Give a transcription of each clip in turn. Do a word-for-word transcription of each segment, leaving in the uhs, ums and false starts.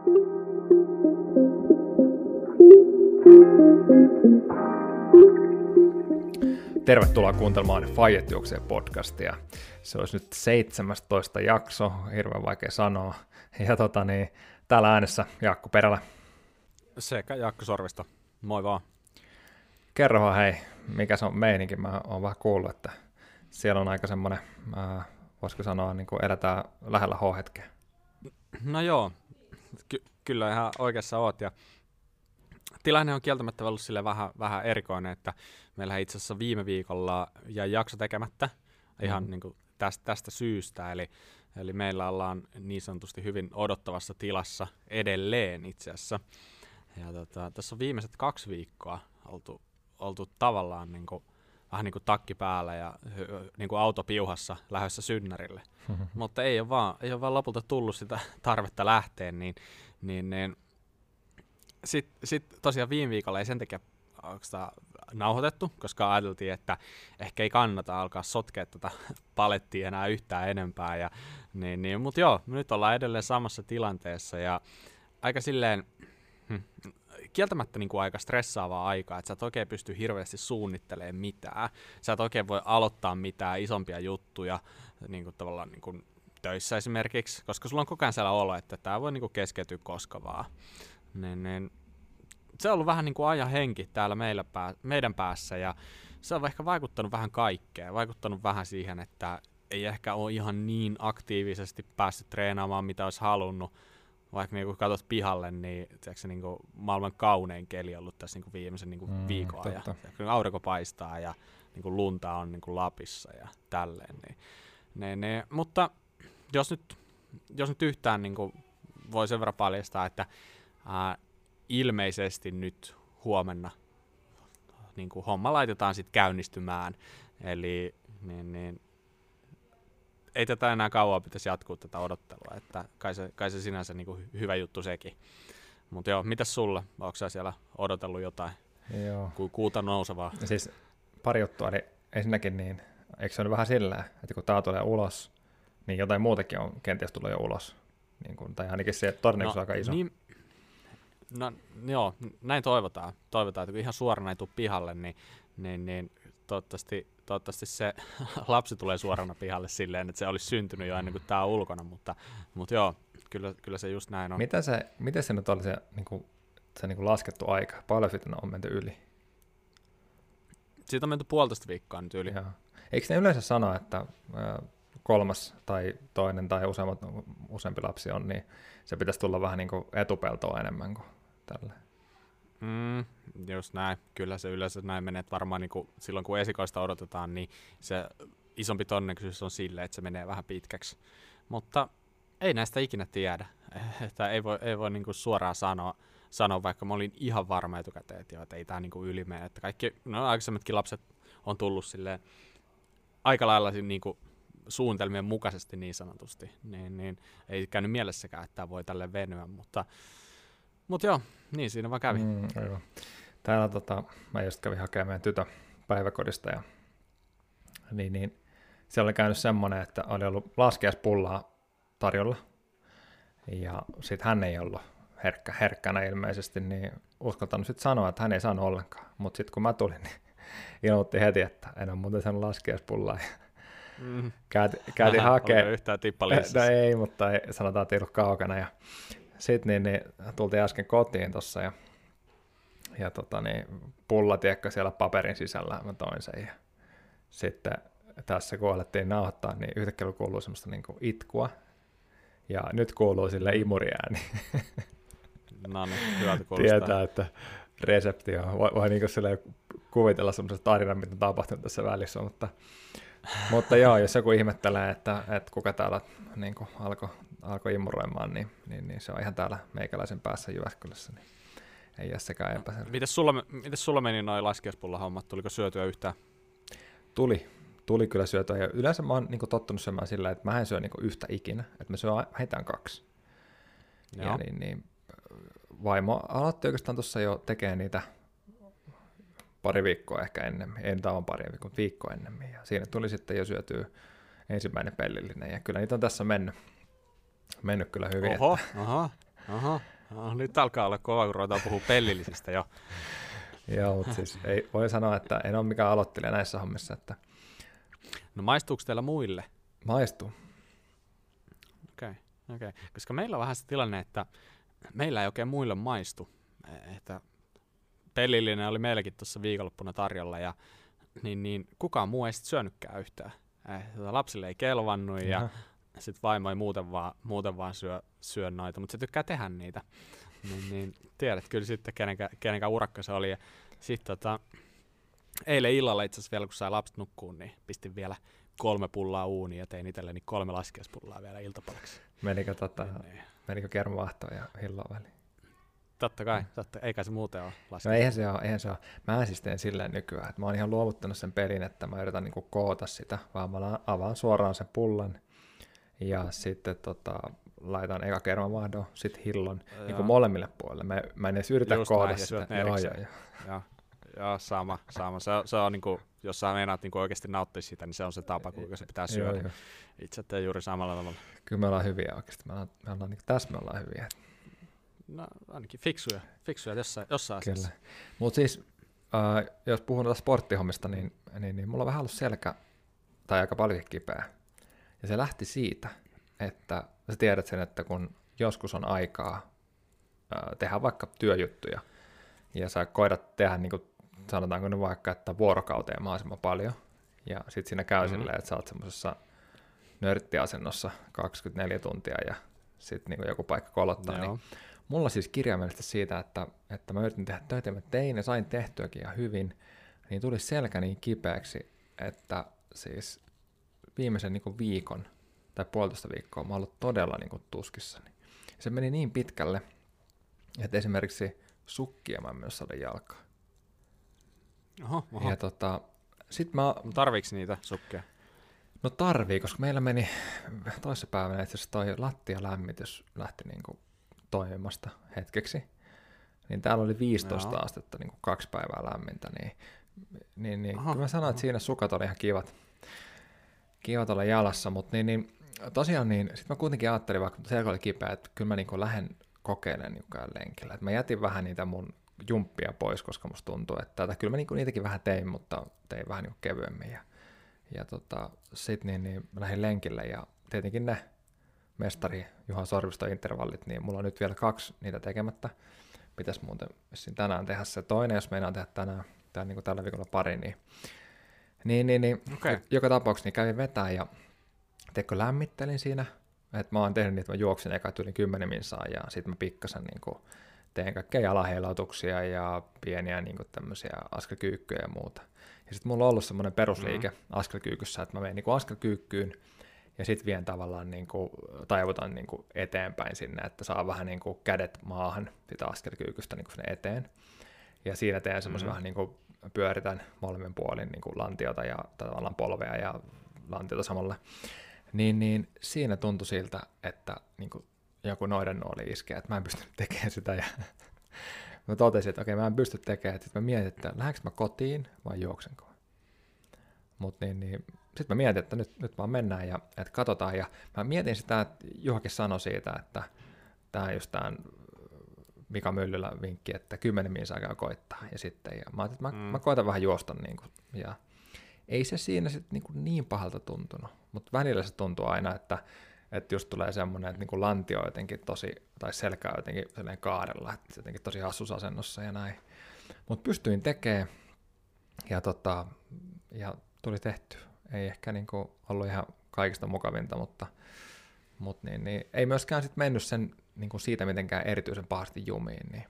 Tervetuloa kuuntelemaan Faijat juoksee podcastia. Se olisi nyt seitsemästoista jakso, hirveän vaikea sanoa. Ja tota niin, täällä äänessä Jaakko Perälä. Sekä Jaakko Sorvista. Moi vaan. Kerro vaan hei, mikä se on meininki. Mä oon vähän kuullut, että siellä on aika semmoinen, äh, voisiko sanoa, niin kuin eletään lähellä H-hetkeä. No joo, Ky- kyllä ihan oikeassa oot. Ja tilanne on kieltämättä ollut sille vähän, vähän erikoinen, että meillä itse asiassa viime viikolla jäi jakso tekemättä ihan mm. niin kuin tästä, tästä syystä. Eli, eli meillä ollaan niin sanotusti hyvin odottavassa tilassa edelleen itse asiassa. Ja tota, tässä on viimeiset kaksi viikkoa oltu, oltu tavallaan niin kuin, vähän niin kuin takki päällä ja niin kuin auto piuhassa lähdössä synnärille. Mm-hmm. Mutta ei ole, vaan, ei ole vaan lopulta tullut sitä tarvetta lähteen, niin, niin, niin sitten sit tosiaan viime viikolla ei sen takia nauhoitettu, koska ajateltiin, että ehkä ei kannata alkaa sotkea tätä palettia enää yhtään enempää. Ja, niin, niin, mutta joo, nyt ollaan edelleen samassa tilanteessa ja aika silleen hmm, kieltämättä niin kuin aika stressaavaa aikaa, että sä et oikein pysty hirveästi suunnittelemaan mitään. Sä et oikein voi aloittaa mitään isompia juttuja niin kuin tavallaan niin kuin töissä esimerkiksi, koska sulla on koko ajan siellä olo, että tää voi niin kuin keskeytyä koska vaan. Niin, niin, se on ollut vähän niin kuin ajan henki täällä meillä pää, meidän päässä ja se on ehkä vaikuttanut vähän kaikkeen. Vaikuttanut vähän siihen, että ei ehkä ole ihan niin aktiivisesti päässyt treenaamaan, mitä olisi halunnut. Vaikka niin kun katsot pihalle, niin se niin kuin maailman kaunein keli on ollut tässä niin kuin viimeisen niin kuin mm, viikon ajan. Aurinko paistaa ja niin kuin lunta on niin kuin Lapissa ja tälleen. Niin, niin, niin, mutta jos nyt, jos nyt yhtään niin kuin voi sen verran paljastaa, että ää, ilmeisesti nyt huomenna niin kuin homma laitetaan sitten käynnistymään. Eli niin, niin, ei tätä enää kauan pitäisi jatkuu tätä odottelua, että kai se, kai se sinänsä niin kuin hyvä juttu sekin. Mutta joo, mitäs sulla? Onko sä siellä odotellut jotain Joo. Ku, kuuta nousevaa? Ja siis pari juttua, eli ensinnäkin niin, eikö se ole vähän sillä, että kun tää tulee ulos, niin jotain muutakin on kenties tullut jo ulos. Niin kun, tai ainakin se todennäköisyys no, on aika iso. Niin, no joo, näin toivotaan. Toivotaan, että kun ihan suorana ei tule pihalle, niin, niin, niin toivottavasti, toivottavasti se lapsi tulee suorana pihalle silleen, että se olisi syntynyt jo ennen kuin tämä on ulkona, mutta, mutta joo, kyllä, kyllä se just näin on. Mitä se, miten se nyt oli se, niin kuin, se niin kuin laskettu aika? Paljon sitten on menty yli? Siitä on menty puolitoista viikkoa nyt yli. Joo. Eikö ne yleensä sano, että kolmas tai toinen tai useammat, useampi lapsi on, niin se pitäisi tulla vähän niin kuin etupeltoa enemmän kuin tällä? Mm, just näin. Kyllä se yleensä näin menee, että varmaan niin kuin silloin kun esikoista odotetaan, niin se isompi todennäköisyys on sille, että se menee vähän pitkäksi. Mutta ei näistä ikinä tiedä. Että ei voi, ei voi niin kuin suoraan sanoa, sanoa, vaikka mä olin ihan varma etukäteen, että, jo, että ei tämä niin kuin yli mene. Että kaikki, no aikaisemmatkin lapset on tullut silleen aika lailla niin kuin suunnitelmien mukaisesti niin sanotusti. Niin, niin ei käynyt mielessäkään, että tämä voi tälleen venyä, mutta Mutta joo, niin siinä vaan kävi. Mm, Täällä tota, mä just kävin hakemaan meidän tytön päiväkodista ja niin, niin, siellä oli käynyt semmoinen, että oli ollut laskiaispullaa tarjolla ja sitten hän ei ollut herkkä, herkkänä ilmeisesti, niin uskaltanut sitten sanoa, että hän ei saanut ollenkaan. Mutta sitten kun mä tulin, niin ilmoitti heti, että en ole muuten saanut laskiaispullaa. Mm. Käytiin käyti hakemaan. Oliko yhtään tippaliisissa? No ei, mutta ei, sanotaan, että ei ollut kaukana. Ja sitten niin, niin, tultiin äsken kotiin tuossa ja, ja tota, niin, pulla tiekkä siellä paperin sisällä, mä toin sen. Ja sitten tässä kun alettiin nauhoittaa, niin yhtäkkiä kuuluu semmoista niin kuin itkua. Ja nyt kuuluu sille imuriääni. No niin, hyvältä kuulostaa. Tietää, että resepti on. Voi, voi niin kuin kuvitella semmoisen tarinan, mitä on tapahtunut tässä välissä. Mutta, mutta joo, jos joku ihmettelee, että, että kuka täällä niin kuin alkoi alko imuroimaan, niin, niin, niin se on ihan täällä meikäläisen päässä Jyväskylässä. Niin ei jää sekään epäselvä. Mites sulla, mites sulla meni noi laskiaispullahommat? Tuliko syötyä yhtään? Tuli. Tuli kyllä syötyä. Ja yleensä mä oon niin kuin tottunut syömään sillä, että mä en syö niin kuin yhtä ikinä. Että mä syön vähintään kaksi. Joo. Ja niin, niin vaimo aloitti oikeastaan tuossa jo tekemään niitä pari viikkoa ehkä ennemmin. Ei tämä on pari viikkoa, viikkoa ennemmin. Ja siinä tuli sitten jo syötyä ensimmäinen pellillinen. Ja kyllä niitä on tässä mennyt, mennyt kyllä hyvin. Oho, että oho, oho. No, nyt alkaa olla kova, kun ruvetaan puhua pellillisistä jo. Joo, mutta siis ei, voi sanoa, että en ole mikään aloittelija näissä hommissa. Että No maistuuko teillä muille? maistuu. Okei, okay, okay. Koska meillä on vähän se tilanne, että meillä ei oikein muille maistu. Että pelillinen oli meilläkin tuossa viikonloppuna tarjolla ja niin, niin kukaan muu ei sit syönytkään yhtään. Eh, lapsille ei kelvannut ja sitten vaimo ei muuten vaan, muuten vaan syö, syö noita, mutta se tykkää tehdä niitä. Niin, niin tiedät kyllä sitten, kenenkä, kenenkä urakka se oli. Ja sitten tota, eilen illalla itse asiassa vielä, kun sai lapset nukkuun, niin pistin vielä kolme pullaa uuniin ja tein itselleni kolme laskiaispullaa vielä iltapalaksi. Menikö, tota, niin. menikö kermavahtoa ja hilloa väliin? Totta kai, totta, eikä se muuten ole laskiaispullaa. No eihän se ole, eihän se ole. Mä siis teen silleen nykyään, että mä oon ihan luovuttanut sen pelin, että mä yritän niinku koota sitä, vaan mä avaan suoraan sen pullan ja sitten tota, laitan eka kermavahdon, sitten hillon niin molemmille puolelle. Mä, mä en edes yritä just koota näin, sitä. Joo, joo, joo. Joo, joo, sama, sama. Se, se on niinku, jos sä meinaat niinku oikeasti nauttia siitä, niin se on se tapa, kuinka se pitää syödä. Joo, joo. Itse teen juuri samalla tavalla. Kyllä me ollaan hyviä oikeasti. Me ollaan, me ollaan niinku, tässä me ollaan hyviä. No ainakin fiksuja, fiksuja jossain, jossain asiassa. Mutta siis, äh, jos puhun tuosta sporttihommista, niin, niin, niin mulla on vähän ollut selkä, tai aika paljon kipeä. Ja se lähti siitä, että sä tiedät sen, että kun joskus on aikaa äh, tehdä vaikka työjuttuja, ja sä koidat tehdä, niin kuin, sanotaanko nyt vaikka, että vuorokauteen mahdollisimman paljon, ja sit siinä käy mm-hmm. silleen, että sä oot semmosessa nörttiasennossa kaksikymmentäneljä tuntia, ja sit niin joku paikka kolottaa, Joo. niin mulla siis kirjaimellisesti siitä, että, että mä yritin tehdä töitä, ja mä tein ja sain tehtyäkin ihan hyvin, niin tuli selkä niin kipeäksi, että siis viimeisen niin kuin viikon tai puolitoista viikkoa mä oon ollut todella niin kuin tuskissani. Ja se meni niin pitkälle, että esimerkiksi sukkia mä en myös saada jalkaan. Oho, oho. Ja tota, sit mä... Tarviiks niitä sukkia? No tarvii, koska meillä meni toissapäivänä itse asiassa toi lattialämmitys lähti niin kuin toimimasta hetkeksi. Niin täällä oli viisitoista Joo. astetta niin kuin kaksi päivää lämmintä, niin, niin, niin kyllä mä sanoin, että siinä sukat oli ihan kivat. Kivat olla jalassa, mutta niin, niin, tosiaan niin, sitten mä kuitenkin ajattelin, vaikka selkä oli kipeä, että kyllä mä niin lähden kokeilemaan niin lenkillä. Et mä jätin vähän niitä mun jumppia pois, koska musta tuntuu, että, että kyllä mä niin niitäkin vähän tein, mutta tein vähän niin kevyemmin. Ja, ja tota, sitten niin, niin, mä lähdin lenkille ja tietenkin ne mestari Juha Sorviston intervallit, niin mulla on nyt vielä kaksi niitä tekemättä. Pitäisi muuten tänään tehdä se toinen, jos meinaan tehdä tänään, tai niin tällä viikolla pari, niin Niin, niin, niin. Okay. Joka tapauksessa niin kävin vetää ja teikö lämmittelin siinä, että mä oon tehnyt niitä, mä juoksin eka yli kymmenen minsaa ja sitten mä pikkasen niin kuin, teen kaikkea jalaheilautuksia ja pieniä niin kuin, tämmöisiä askelkyykkyjä ja muuta. Ja sitten mulla on ollut semmoinen perusliike mm-hmm. askelkyykyssä, että mä menen niin kuin askelkyykkyyn ja sitten vien tavallaan, niin kuin, taivutan niin kuin eteenpäin sinne, että saa vähän niin kuin kädet maahan sitä askelkyykystä niin kuin sinne eteen. Ja siinä teen semmoisen mm-hmm. vähän niin kuin pyöritän molemmin puolin niin kuin lantiota ja tavallaan polvea ja lantiota samalla, niin, niin siinä tuntui siltä, että niin kuin joku noidennuoli iskee, että mä en pysty tekemään sitä. Ja mä totesin, että okei, mä en pysty tekemään. Sitten mä mietin, että lähdenkö mä kotiin vai juoksenko. Mutta niin, niin, sitten mä mietin, että nyt, nyt vaan mennään ja että katsotaan. Ja mä mietin sitä, että Juhakin sanoi siitä, että tämä on just tämän Mika Myllylä vinkki, että kymmenen minsaa käy koittaa. Ja sitten, ja mä ajattelin, että mä, mm. mä koitan vähän juosta. Niin kuin, ja ei se siinä sit niin, kuin niin pahalta tuntunut, mutta välillä se tuntuu aina, että, että just tulee semmoinen, että niin kuin lantio on jotenkin tosi, tai selkä on jotenkin sellainen kaarella, että jotenkin tosi hassusasennossa ja näin. Mutta pystyin tekemään ja, tota, ja tuli tehty. Ei ehkä niin kuin ollut ihan kaikista mukavinta, mutta, mutta niin, niin, ei myöskään sit mennyt sen niin kuin siitä mitenkään erityisen pahasti jumiin. Niin,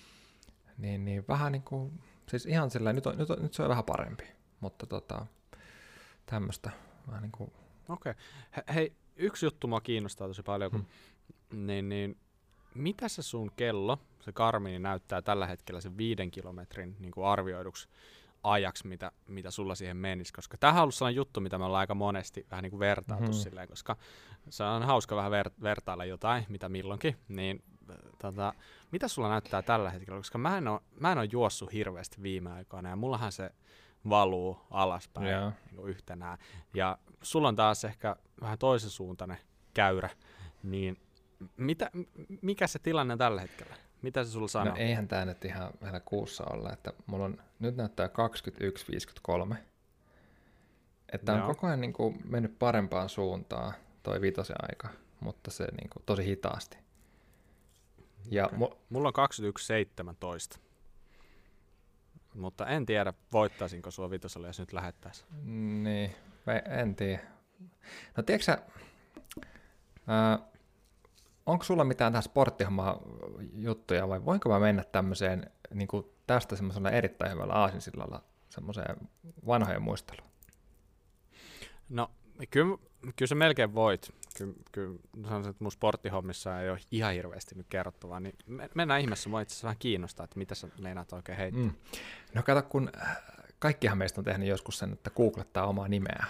niin, niin vähän niin kuin, siis ihan sillä nyt, on, nyt, on, nyt se on vähän parempi. Mutta tota, tämmöistä vähän niin kuin... Okei. He, hei, yksi juttu mua kiinnostaa tosi paljon, kun hmm. niin, niin, mitä se sun kello, se Garmin, näyttää tällä hetkellä sen viiden kilometrin niin kuin arvioiduksi ajaksi, mitä, mitä sulla siihen menisi, koska tämähän on ollut sellainen juttu, mitä me ollaan aika monesti vähän niin kuin vertailtu hmm. silleen, koska se on hauska vähän ver- vertailla jotain, mitä milloinkin, niin tota, mitä sulla näyttää tällä hetkellä, koska mä en ole, mä en ole juossut hirveästi viime aikoina, ja mullahan se valuu alaspäin yeah. niin yhtenään. Ja sulla on taas ehkä vähän toisen suuntainen käyrä, niin Mitä, mikä se tilanne on tällä hetkellä? Mitä se sulla sanoo? No eihän tämä nyt ihan vielä kuussa olla, että mulla on, nyt näyttää kaksikymmentäyksi viisikymmentäkolme. Että on Joo. koko ajan niin kuin mennyt parempaan suuntaan toi vitosen aika, mutta se niin kuin tosi hitaasti. Ja Okay. mu- Mulla on kaksikymmentäyksi seitsemäntoista. Mutta en tiedä, voittaisinko sua vitosella, jos nyt lähettäisiin. niin, mä en tiedä. No tiedätkö sä, ää, onko sulla mitään tähän sporttihommaa juttuja vai voinko mä mennä tämmöiseen niin kuin tästä semmoisella erittäin hyvällä aasinsillalla semmoiseen vanhojen muisteluun? No, kyllä, kyllä sä melkein voit. Kyllä, kyllä sanoisin, että mun sporttihommissa ei ole ihan hirveästi nyt kerrottavaa, niin mennään ihmeessä. Mua itse asiassa vähän kiinnostaa, että mitä sä meinaat oikein heittää. Mm. No kato, kun kaikkihan meistä on tehnyt joskus sen, että googlettaa omaa nimeä.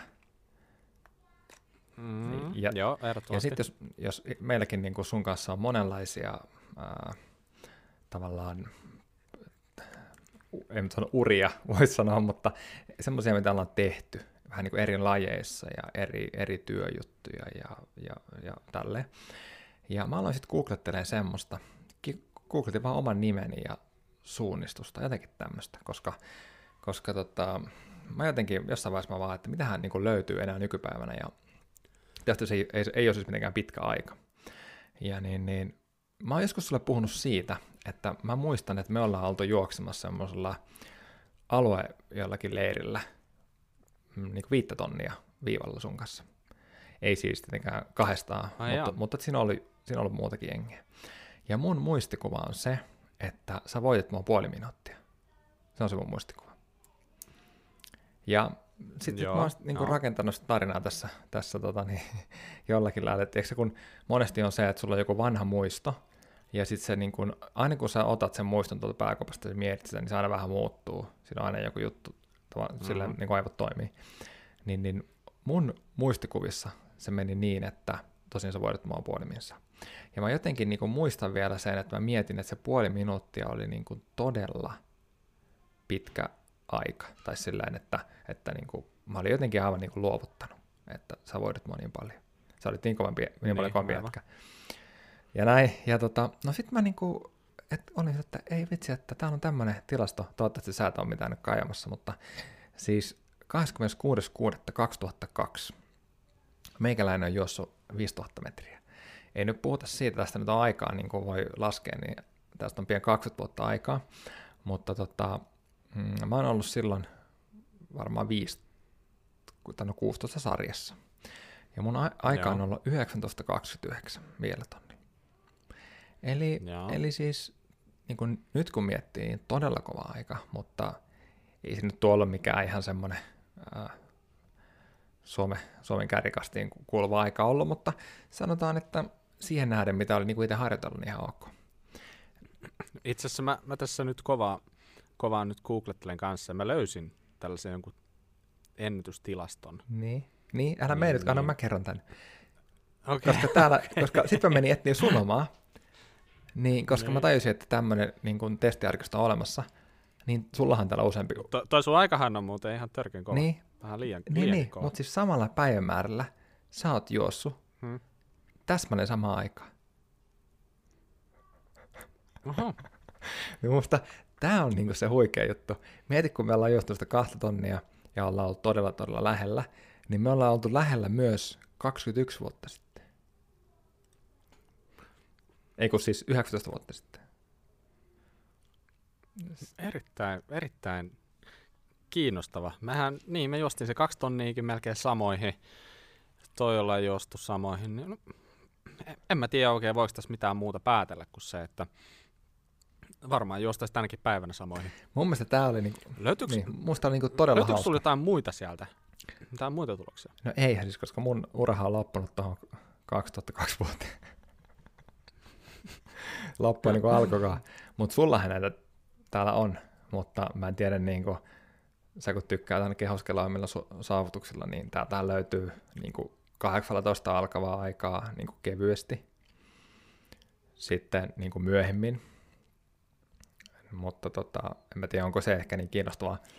Mm, ja, joo, ehdottomasti. Ja sitten jos, jos meilläkin niin kuin sun kanssa on monenlaisia ää, tavallaan, en nyt sano uria, voisi sanoa, mutta semmoisia, mitä ollaan tehty vähän niin kuin eri lajeissa ja eri, eri työjuttuja ja, ja, ja tälleen. Ja mä aloin sitten googlettelemaan semmoista, googletin vaan oman nimeni ja suunnistusta, jotenkin tämmöistä, koska, koska tota, mä jotenkin jossain vaiheessa mä vaan, että mitähän niin kuin löytyy enää nykypäivänä, ja tästä se ei, ei, ei ole siis mitenkään pitkä aika. Ja niin, niin, mä oon joskus sulle puhunut siitä, että mä muistan, että me ollaan oltu juoksemassa semmoisella alue jollakin leirillä, niin kuin viittä tonnia viivalla sun kanssa. Ei siis tietenkään kahdestaan, Ai mutta, mutta siinä, oli, siinä on ollut muutakin jengiä. Ja mun muistikuva on se, että sä voitit mua puoli minuuttia. Se on se mun muistikuva. Ja sitten mä oon niin kuin rakentanut sitä tarinaa tässä, tässä tota, niin, jollakin lailla. Tiedätkö, kun monesti on se, että sulla on joku vanha muisto, ja sitten se, niin kun, aina kun sä otat sen muiston tuolta pääkopasta ja mietit sitä, niin se aina vähän muuttuu. Siinä on aina joku juttu, mm-hmm. sillä niin kuin aivot toimii. Niin, niin mun muistikuvissa se meni niin, että tosiaan sä voidit mua puoliminsa. Ja mä jotenkin niin kuin muistan vielä sen, että mä mietin, että se puoli minuuttia oli niin kuin todella pitkä aika. Tai sillain, että, että niin kuin, mä olin jotenkin aivan niin kuin luovuttanut, että sä voidit mua niin paljon. Sä olit niin, kovampi, niin, niin paljon kovampi jätkä. Ja näin. Ja tota, no sit mä niinku, et olin, että ei vitsi, että täällä on tämmönen tilasto. Toivottavasti sä et ole mitään nyt kaijamassa, mutta siis kahdeskymmeneskuudes kuudetta kaksituhattakaksi meikäläinen on juossut viisituhatta metriä. Ei nyt puhuta siitä, tästä nyt on aikaa, niin kuin voi laskea, niin tästä on pian kaksikymmentä vuotta aikaa, mutta tota, mm, mä oon ollut silloin varmaan viisi, no kuusitoista sarjassa. Ja mun a- aika on ollut yhdeksäntoista kaksikymmentäyhdeksän vielä tonni. Eli, eli siis niin kun, nyt kun miettii, niin todella kova aika, mutta ei se nyt tuolla mikään ihan semmoinen ää, Suome, Suomen kärkikastiin kuuluva aika ollut, mutta sanotaan, että siihen nähden, mitä oli niin itse harjoitellut, niin ihan ok. Itse asiassa mä, mä tässä nyt kovaa, kovaa nyt googlettelen kanssa, ja mä löysin tällaisen jonkun ennätystilaston. Niin, niin älä niin, mene nyt, niin. anna mä kerron tämän. Okay. Koska, täällä, koska sitten mä menin etsiä sun omaa, niin, koska niin. mä tajusin, että tämmöinen niin kun testiarkisto on olemassa, niin sullahan täällä useampi. To, toi sun aikahan on muuten ihan törkeän kova. Niin. Vähän liian, niin, liian niin. kova. Mutta siis samalla päivämäärällä sä oot juossut hmm. täsmälleen samaan aikaan. Oho. Niin musta tää on niinku se huikea juttu. Mieti, kun me ollaan juostu sitä kahta tonnia ja ollaan ollut todella todella lähellä, niin me ollaan oltu lähellä myös kaksikymmentäyksi vuotta sitten. Ei kun siis yhdeksäntoista vuotta sitten. Erittäin, erittäin kiinnostava. Mehän, niin me juostiin se kaksi tonniikin melkein samoihin. Toi ollaan juostu samoihin. No, en mä tiedä oikein, voiko tässä mitään muuta päätellä kuin se, että varmaan juostaisi tänäkin päivänä samoihin. Mun mielestä tää oli niinku, löytyykö, niin, musta oli niinku todella hauska. Löytyykö sulla jotain muita sieltä? Mitään muita tuloksia? No eihän siis, koska mun uraha on loppunut tuohon kaksituhattakaksi vuoteen. Loppua niin kuin alkoikaan. Mutta sullahan näitä täällä on, mutta mä en tiedä, niin kuin, sä kun tykkää tämän kehoskeloimilla su- saavutuksilla, niin täältä löytyy niin kuin kahdeksantoista alkavaa aikaa niin kuin kevyesti, sitten niin kuin myöhemmin, mutta tota, en mä tiedä, onko se ehkä niin kiinnostavaa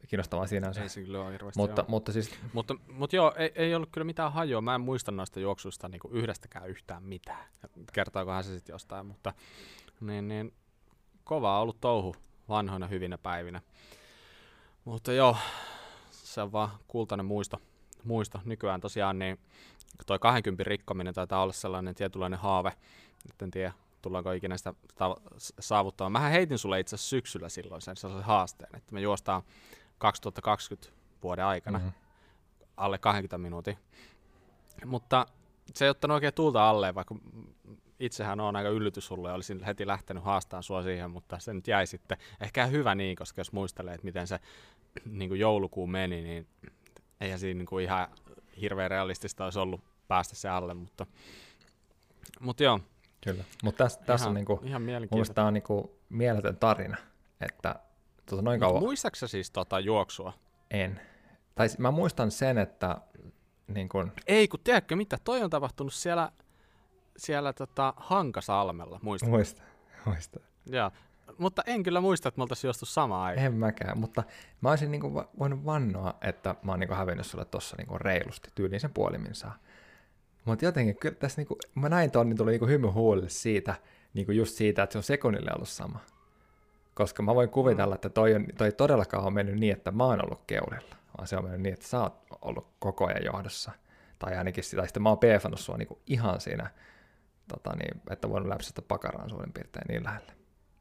kiinnostavaa sinänsä. Ei se kyllä ole hirveästi, mutta, joo. mutta siis... Mutta, mutta joo, ei, ei ollut kyllä mitään hajoa. Mä en muista noista juoksuista niin kuin yhdestäkään yhtään mitään. Kertookohan se sitten jostain, mutta niin, niin, kovaa ollut touhu vanhoina hyvinä päivinä. Mutta joo, se on vaan kultainen muisto. muisto. Nykyään tosiaan niin toi kaksikymmentä rikkominen taitaa olla sellainen tietynlainen haave. Nyt en tiedä, tullaanko ikinä sitä tavo- saavuttamaan. Mähän heitin sulle itse asiassa syksyllä silloin sen sellaisen haasteen, että me juostaan kaksituhattakaksikymmentä vuoden aikana mm-hmm. alle kaksikymmentä minuutin. Mutta se ei ottanut oikein tuulta alle, vaikka itsehän on aika yllytyshullu ja olisin heti lähtenyt haastamaan sua siihen, mutta se nyt jäi sitten. Ehkä hyvä niin, koska jos muistelee, että miten se niin kuin joulukuu meni, niin eihän siinä niin kuin ihan hirveän realistista olisi ollut päästä se alle, mutta, mutta joo. Kyllä, mutta tässä, tässä on niinku, ihan mielestäni tämä on niinku mieletön tarina, että tuota noin kauan... Muistatko siis tota juoksua? En. Tai mä muistan sen, että niin kun... Ei, kun tiedätkö mitä, toi on tapahtunut siellä, siellä tota Hankasalmella, muistatko? Muista, muista. Joo, mutta en kyllä muista, että me oltaisiin juostu samaan aikaan. En mäkään, mutta mä olisin niinku voinut vannoa, että mä oon niinku hävinnyt sulle tossa niinku reilusti, tyyliin sen puolimin saa. Mutta jotenkin kyllä tässä, niinku, mä näin ton, niin tuli niinku hymy huulille siitä, niinku just siitä, että se on sekunnille ollut sama. Koska mä voin kuvitella, että toi, on, toi ei todellakaan ole mennyt niin, että mä oon ollut keulilla, vaan se on mennyt niin, että sä oot ollut koko ajan johdossa. Tai ainakin sitä, sitten mä oon peefannut sua niinku ihan siinä, tota niin, että voinut läpsästä pakaraan suurin piirtein niin lähelle.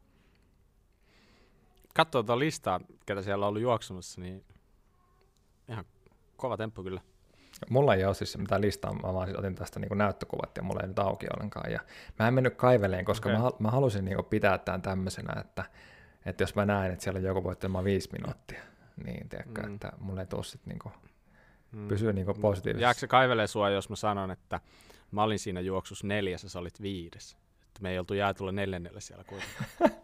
Katsoo tuota listaa, ketä siellä on ollut juoksumassa, niin ihan kova temppu kyllä. Mulla ei ole siis mitään listaa, mä vaan siis otin tästä niin näyttökuvat ja mulla ei nyt auki ollenkaan. Ja mä en mennyt kaiveleen, koska okay. mä, mä halusin niin pitää tämän tämmöisenä, että, että jos mä näen, että siellä on joku voittamaan viisi minuuttia, niin tiedätkö, mm. että mulla ei tule sitten niin mm. pysyä niin positiivisesti. Jääkö se kaivelee sua, jos mä sanon, että mä olin siinä juoksussa neljäs ja sä olit viides? Että me ei oltu jaetulla neljännelle siellä kuitenkaan.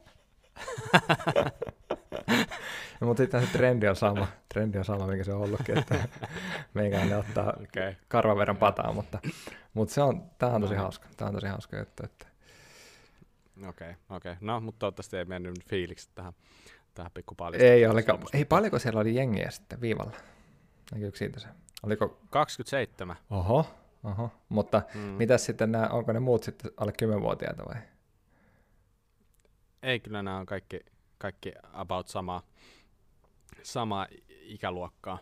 No, mutta sitten se trendi on sama, trendi on sama, mikä se on ollutkin, että meikäläinen ottaa okay. karvan verran pataa, mutta, mutta se on, tää on tosi no. hauska, tää on tosi hauska juttu. Että... Okei, okay, okei. Okay. No, mutta toivottavasti ei mennyt fiilikset tähän, tähän pikku paljon. Ei ollenkaan, ei paljonko siellä oli jengiä sitten viivalla? Näkyykö siitä se? Oliko... kaksikymmentäseitsemän. Oho, oho. Mutta mm. mitäs sitten nämä, onko ne muut sitten alle kymmenvuotiaita vai? Ei, kyllä nämä on kaikki, kaikki about samaa, samaa ikäluokkaa.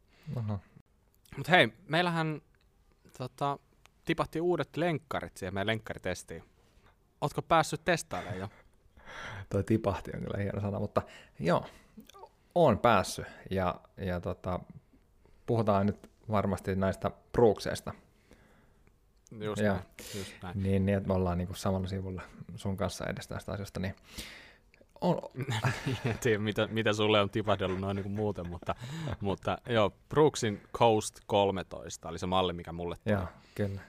Mutta hei, meillähän tota, tipahti uudet lenkkarit siihen meidän lenkkaritestiin. Ootko päässyt testailemaan jo? Toi tipahti on kyllä hieno sana, mutta joo, oon päässyt. Ja, ja tota, puhutaan nyt varmasti näistä Brookseista. Just ja, näin, just näin. Niin, niin, että me ollaan niinku samalla sivulla sun kanssa edes tästä asiasta, niin on... En tiedä, mitä, mitä sulle on tipahdellut noin niinku muuten, mutta, mutta joo, Brooksin Coast kolmetoista oli se malli, mikä mulle tuli. Joo, kyllä.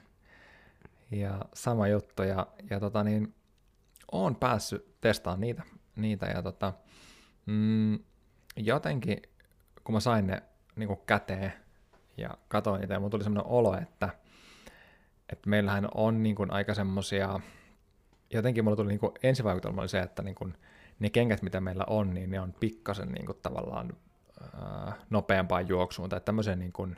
Ja sama juttu, ja, ja tota niin, oon päässyt testaamaan niitä, niitä ja tota, mm, jotenkin, kun mä sain ne niinku käteen ja katsoin niitä, ja mun tuli semmoinen olo, että että meillähän on niin kuin aika semmoisia, jotenkin mulla tuli niin kuin ensivaikutelma oli se, että niin kuin ne kengät, mitä meillä on, niin ne on pikkasen niin kuin tavallaan ää, nopeampaan juoksuun, tai tämmöisen niin kuin,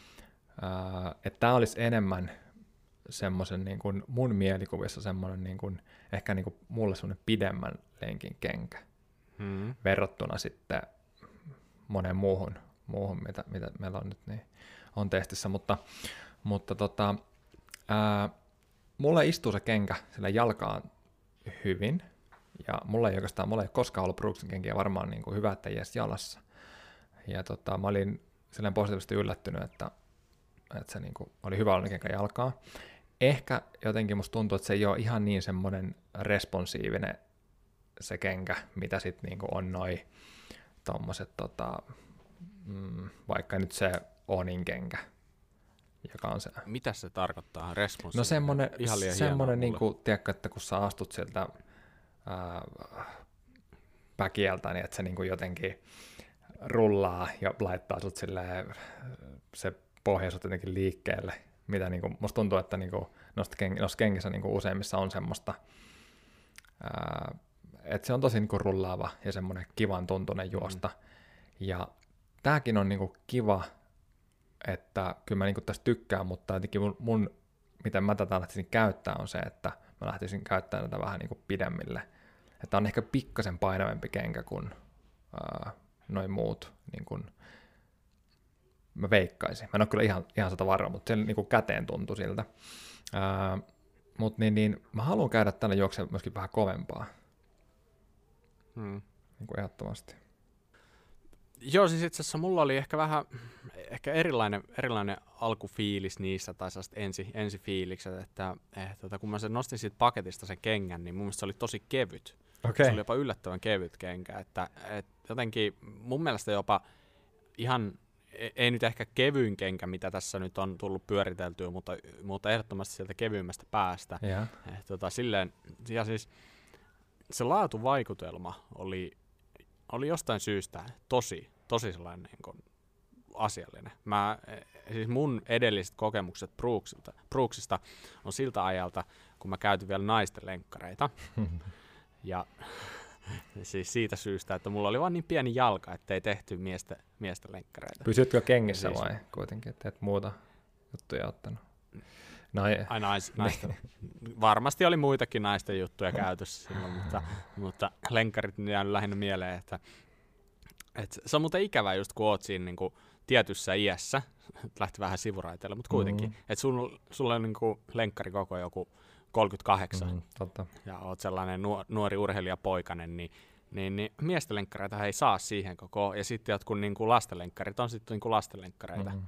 ää, että tämä olisi enemmän semmoisen niin kuin mun mielikuvissa semmoinen niin kuin, ehkä niin kuin mulle semmoinen pidemmän lenkin kenkä, hmm. verrattuna sitten moneen muuhun, muuhun mitä, mitä meillä on nyt niin on testissä, mutta, mutta tota, Ää, mulle istuu se kenkä sillä jalkaan hyvin, ja mulla ei oikeastaan, mulla ei koskaan ollut Brooksin kenkiä varmaan niin kuin hyvä, että ei edes jalassa. Ja tota, mä olin silleen positiivisesti yllättynyt, että, että se niin kuin oli hyvä olla kenkä jalkaa. Ehkä jotenkin musta tuntuu, että se ei ole ihan niin semmoinen responsiivinen se kenkä, mitä sitten niin kuin on noi tommoset, tota, mm, vaikka nyt se Onin kenkä. Joka on se. Mitä se tarkoittaa, responsiivinen? No semmoinen, semmoinen niin kuin, tiedätkö, että kun sä astut sieltä ää, päkieltä, niin että se niin kuin jotenkin rullaa ja laittaa sut silleen, se pohja sut jotenkin liikkeelle. Mitä niin kuin, musta tuntuu, että niin kuin, noissa kengissä niin kuin useimmissa on semmoista, ää, että se on tosi niin kuin rullaava ja semmoinen kivan tuntunen juosta. Mm. Ja tääkin on niinku kiva, että kyllä mä niinku tästä tykkään, mutta jotenkin mun, mun miten mä tätä lähtisin käyttää on se, että mä lähtisin käyttämään tätä vähän niinku pidemmille. Että on ehkä pikkasen painavempi kenkä kuin ää, noin muut, niin kuin mä veikkaisin. Mä en ole kyllä ihan, ihan sata varma, mutta se niin kuin käteen tuntui siltä. Ää, mutta niin, niin, mä haluan käydä tänne juoksemaan myöskin vähän kovempaa. Hmm. Niin kuin ehdottomasti. Joo, siis itse asiassa mulla oli ehkä vähän ehkä erilainen, erilainen alkufiilis niistä, tai sellaiset ensi, ensifiilikset, että eh, tota, kun mä sen nostin siitä paketista sen kengän, niin mun mielestä se oli tosi kevyt. Okay. Se oli jopa yllättävän kevyt kenkä, että et jotenkin mun mielestä jopa ihan, ei nyt ehkä kevyin kenkä, mitä tässä nyt on tullut pyöriteltyä, mutta, mutta ehdottomasti sieltä kevyimmästä päästä. Yeah. Eh, tota, silleen, ja siis se laatuvaikutelma oli, oli jostain syystä tosi, tosi sellainen niin kuin asiallinen. Mä, siis mun edelliset kokemukset Brooksilta, Brooksista on siltä ajalta, kun mä käytin vielä naisten lenkkareita. Ja siis siitä syystä, että mulla oli vaan niin pieni jalka, ettei tehty miestä, miesten lenkkareita. Pysytkö kengissä siis vai siis kuitenkin, että et muuta juttuja ottanut? Nai... Ai nais, naisten. Varmasti oli muitakin naisten juttuja käytössä silloin, mutta, mutta lenkkarit on jäänyt lähinnä mieleen, että, että se on muuten ikävää just kun oot siinä niin kuin tietyssä iässä, lähti vähän sivuraiteille, mutta kuitenkin, mm-hmm. että sun, sulla on niin kuin lenkkari koko joku kolmekymmentäkahdeksan mm, totta. ja oot sellainen nuori urheilijapoikainen, niin, niin, niin miesten lenkkareita ei saa siihen koko, ja sitten jotkut niin kuin lastenlenkkarit on sitten niin kuin lastenlenkkareita. Mm.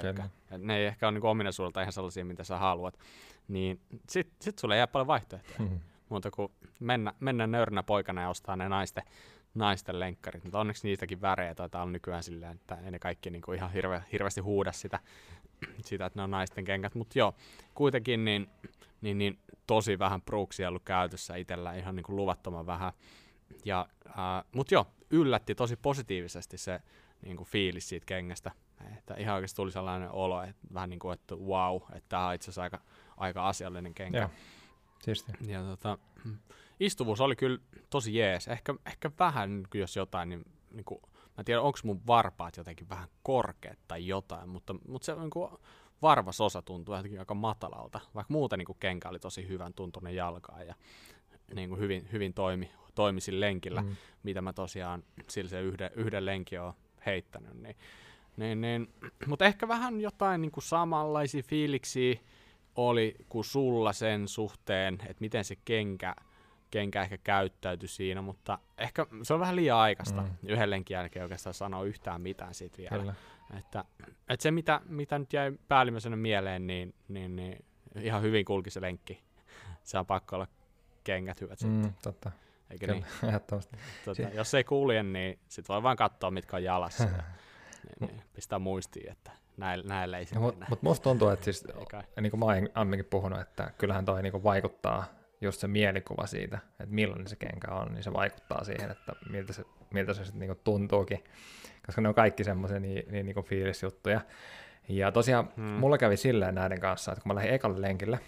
Ne ei ehkä ole niinku ominaisuudelta ihan sellaisia, mitä sä haluat, niin sit, sit sulle jää paljon vaihtoehtoja. Mm-hmm. Muuta kuin mennä, mennä nöyränä poikana ja ostaa ne naisten, naisten lenkkarit, mutta onneksi niistäkin värejä taitaa olla nykyään silleen, että ei ne kaikki niinku ihan hirve, hirveästi huuda sitä, sitä, että ne on naisten kengät, mutta joo, kuitenkin niin, niin, niin tosi vähän Brooksia ollut käytössä itsellä, ihan niinku luvattoman vähän, ja, äh, mutta joo, yllätti tosi positiivisesti se niinku fiilis siitä kengästä. Että ihan oikeasti tuli sellainen olo, että vähän niin kuin, että wow, että tämä on itse asiassa aika, aika asiallinen kenkä. Joo, siisti. Ja tota, istuvuus oli kyllä tosi jees. Ehkä, ehkä vähän, jos jotain, niin, niin kuin, mä en tiedä, onko mun varpaat jotenkin vähän korkeat tai jotain, mutta, mutta se niin kuin, varvasosa tuntuu jotenkin aika matalalta, vaikka muuten niin kuin kenkä oli tosi hyvän tuntunen jalkaan ja niin kuin hyvin, hyvin toimi, toimi sillä lenkillä, mm. mitä mä tosiaan sillä se yhden, yhden lenkin oon heittänyt, niin Niin, niin. Mutta ehkä vähän jotain niin kuin samanlaisia fiiliksiä oli kuin sulla sen suhteen, että miten se kenkä, kenkä ehkä käyttäytyi siinä, mutta ehkä se on vähän liian aikaista mm. yhden lenkin jälkeen oikeastaan sanoa yhtään mitään siitä vielä. Että, että se, mitä, mitä nyt jäi päällimmäisenä mieleen, niin, niin, niin ihan hyvin kulki se lenkki. Se on pakko olla kengät hyvät mm, sitten. Totta. Eikö Kyllä, niin? Tota, si- jos ei kulje, niin sit voi vaan katsoa, mitkä on jalassa. Niin, niin, pistää muistiin, että näillä, näillä ei sitten no, enää. Mutta musta tuntuu, että siis, niin kuin mä oon aiemminkin puhunut, että kyllähän toi niin kuin vaikuttaa just se mielikuva siitä, että millainen se kenkä on, niin se vaikuttaa siihen, että miltä se, miltä se sitten niin kuin tuntuukin, koska ne on kaikki semmoisia niin, niin, niin kuin fiilisjuttuja. Ja tosiaan hmm. mulla kävi silleen näiden kanssa, että kun mä lähdin ekalle lenkille,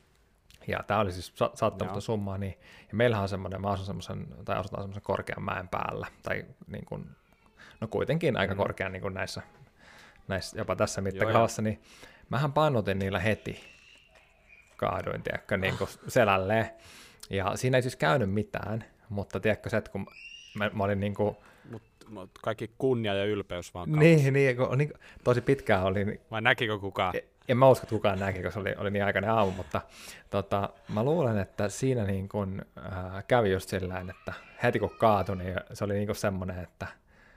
ja tää oli siis saattamaton summa, niin ja meillähän on semmoinen, mä asun semmoisen, tai asutaan semmoisen korkean mäen päällä, tai niin kuin no kuitenkin aika mm. korkean niin kuin näissä, näissä, jopa tässä mittakaavassa, niin mähän painotin niillä heti, kaaduin, tiedätkö, niin kuin selälleen, ja siinä ei siis käynyt mitään, mutta tiedätkö se, että kun mä, mä olin niin kuin Mut, mut kaikki kunnia ja ylpeys vaan kauas. Niin, niin, kun, niin, tosi pitkään oli. Vai näkikö kukaan? En mä usko, että kukaan näki, koska oli, oli niin aikainen aamu, mutta tota, mä luulen, että siinä niin kun, äh, kävi just sillä että heti kun kaatui, niin se oli niin kuin semmoinen, että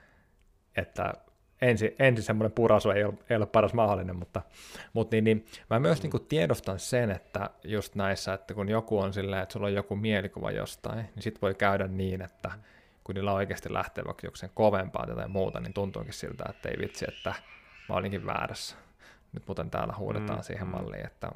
että ensin, ensin semmoinen purasu ei ole, ei ole paras mahdollinen, mutta, mutta niin, niin, mä myös mm. niin kuin tiedostan sen, että just näissä, että kun joku on silleen, että sulla on joku mielikuva jostain, niin sit voi käydä niin, että kun niillä oikeasti lähtee vaikka joku sen kovempaa tai muuta, niin tuntuukin siltä, että ei vitsi, että mä olinkin väärässä. Nyt muuten täällä huudetaan mm. siihen malliin, että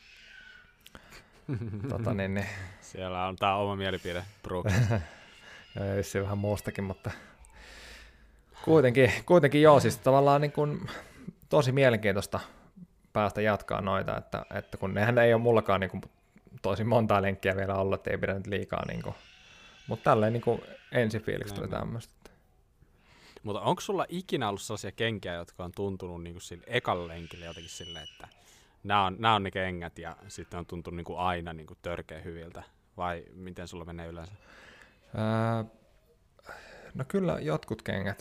tota, niin, niin. Siellä on tää oma mielipide, Brooksista. Ja vissiin vähän muustakin, mutta Kuitenkin, kuitenkin joo, siis tavallaan niin kuin tosi mielenkiintoista päästä jatkaa noita, että, että kun nehän ei ole mullakaan niin kuin tosi montaa lenkkiä vielä ollut, että ei pidä nyt liikaa, niin kuin, mutta tälleen niin kuin ensifiilikset oli tämmöistä. Mutta onko sulla ikinä ollut sellaisia kenkiä, jotka on tuntunut niinku sille ekalle lenkille jotenkin silleen, että nämä on, nämä on ne kengät ja sitten on tuntunut niinku aina niinku törkeä hyviltä? Vai miten sulla menee yleensä? Ää, no kyllä jotkut kengät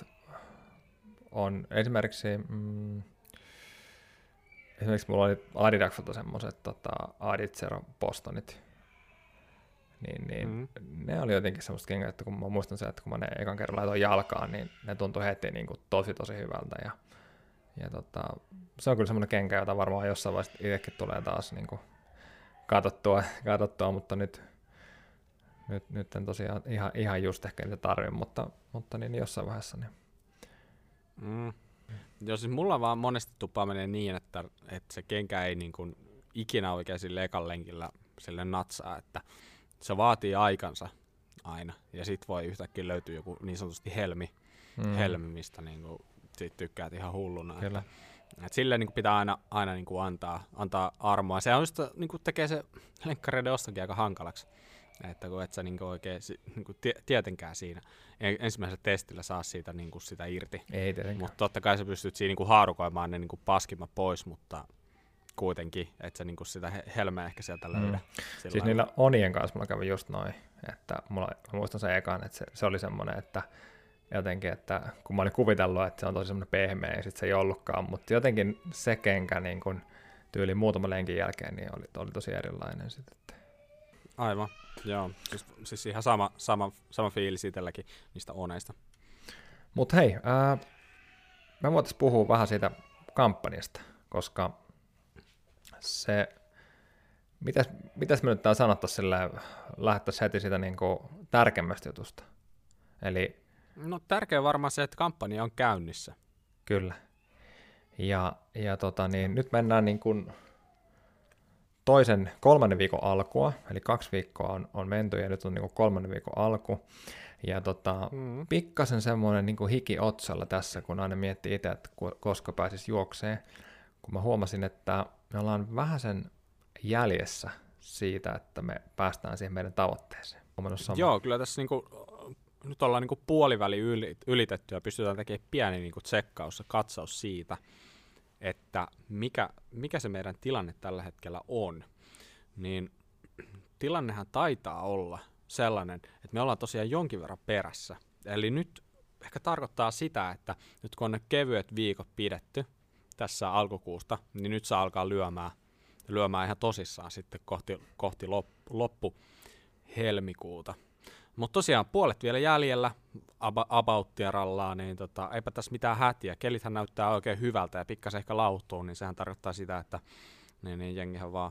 on. Esimerkiksi, mm, esimerkiksi mulla oli Adidakselta semmoiset tota, Adizero Bostonit. Niin, niin mm. ne oli jotenkin semmoista kengät, että kun mä muistan se, että kun mä ne ekan kerran laitoin jalkaan, niin ne tuntui heti niin kuin tosi tosi hyvältä. Ja, ja tota, se on kyllä semmoinen kenkä, jota varmaan jossain vaiheessa itsekin tulee taas niin kuin katsottua, katsottua, mutta nyt, nyt, nyt en tosiaan ihan, ihan just ehkä niitä tarvitse, mutta, mutta niin jossain vaiheessa. Niin. Mm. Joo, siis mulla vaan monesti tupaa menee niin, että, että se kenkä ei niin kuin ikinä oikein sille ekan lenkillä sille natsaa, että se vaatii aikansa aina, ja sit voi yhtäkkiä löytyä joku niin sanotusti helmi, mm. helmi mistä niinku sit tykkäät ihan hulluna. Kyllä. Että, et silleen niinku pitää aina, aina niinku antaa, antaa armoa. Se on just, niinku tekee se lenkkareiden ostokin aika hankalaksi, että kun et sä niinku oikein niinku tietenkään siinä ensimmäisellä testillä saa siitä niinku sitä irti. Ei tietenkään. Mutta totta kai sä pystyt siinä niinku haarukoimaan ne niinku paskimmat pois, mutta kuitenkin, että sä niinku sitä helmeä ehkä sieltä löydä. Mm. Siis lailla. Niillä Onien kanssa mulla kävi just noin, että mulla, mä muistan sen ekan, että se, se oli semmoinen, että jotenkin, että kun mä olin kuvitellut, että se on tosi semmoinen pehmeä ja sit se ei ollutkaan, mutta jotenkin se kenkä niin kun tyyli muutaman lenkin jälkeen niin oli, oli tosi erilainen sitten. Aivan, joo. Siis, siis ihan sama, sama, sama fiilis itselläkin niistä Oneista. Mutta hei, ää, mä voitaisiin puhua vähän siitä kampanjasta, koska se, mitäs, mitäs me nyt tää sanottaisiin silleen, lähdettäisiin heti siitä niin kuin tärkeimmästä jutusta. Eli, no tärkeä varmaan se, että kampanja on käynnissä. Kyllä. Ja, ja tota, niin, nyt mennään niin kuin toisen, kolmannen viikon alkua, eli kaksi viikkoa on, on menty ja nyt on niin kuin kolmannen viikon alku. Ja tota, mm. pikkasen semmoinen niin kuin hiki otsalla tässä, kun aina miettii itse, että koska pääsisi juokseen, kun mä huomasin, että me ollaan vähän sen jäljessä siitä, että me päästään siihen meidän tavoitteeseen. Joo, kyllä tässä niinku, nyt ollaan niinku puoliväli ylitetty ja pystytään tekemään pieni niinku tsekkaus ja katsaus siitä, että mikä, mikä se meidän tilanne tällä hetkellä on. Niin tilannehan taitaa olla sellainen, että me ollaan tosiaan jonkin verran perässä. Eli nyt ehkä tarkoittaa sitä, että nyt kun on ne kevyet viikot pidetty tässä alkukuusta, niin nyt saa alkaa lyömään, lyömään ihan tosissaan sitten kohti, kohti loppu helmikuuta. Mutta tosiaan puolet vielä jäljellä, abouttia rallaa, niin tota, eipä tässä mitään hätiä. Kelithän näyttää oikein hyvältä ja pikkasen ehkä lauhtuu, niin sehän tarkoittaa sitä, että niin, niin jengihän vaan